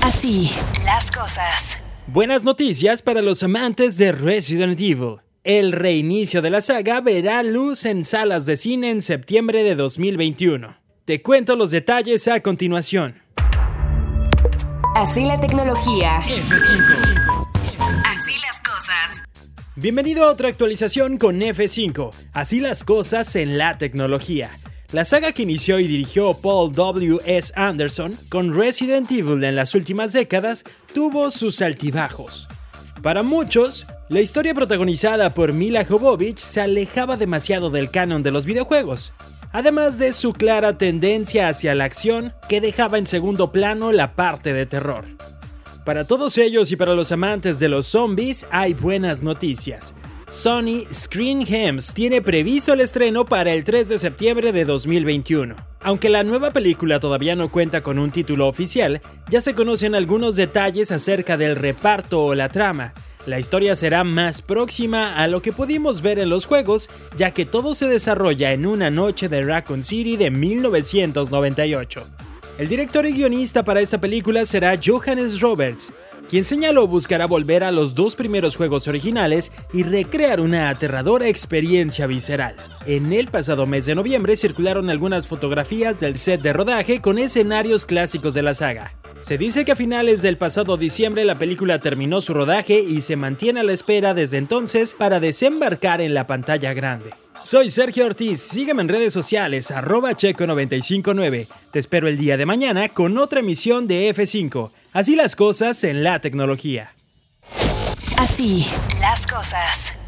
Así las cosas. Buenas noticias para los amantes de Resident Evil. El reinicio de la saga verá luz en salas de cine en septiembre de 2021. Te cuento los detalles a continuación. Así la tecnología. F5. Así las cosas. Bienvenido a otra actualización con F5. Así las cosas en la tecnología. La saga que inició y dirigió Paul W.S. Anderson con Resident Evil en las últimas décadas tuvo sus altibajos. Para muchos, la historia protagonizada por Milla Jovovich se alejaba demasiado del canon de los videojuegos, además de su clara tendencia hacia la acción que dejaba en segundo plano la parte de terror. Para todos ellos y para los amantes de los zombies hay buenas noticias. Sony Screen Gems tiene previsto el estreno para el 3 de septiembre de 2021. Aunque la nueva película todavía no cuenta con un título oficial, ya se conocen algunos detalles acerca del reparto o la trama. La historia será más próxima a lo que pudimos ver en los juegos, ya que todo se desarrolla en una noche de Raccoon City de 1998. El director y guionista para esta película será Johannes Roberts, quien señaló buscará volver a los dos primeros juegos originales y recrear una aterradora experiencia visceral. En el pasado mes de noviembre circularon algunas fotografías del set de rodaje con escenarios clásicos de la saga. Se dice que a finales del pasado diciembre la película terminó su rodaje y se mantiene a la espera desde entonces para desembarcar en la pantalla grande. Soy Sergio Ortiz, sígueme en redes sociales, @checo959. Te espero el día de mañana con otra emisión de F5. Así las cosas en la tecnología. Así las cosas.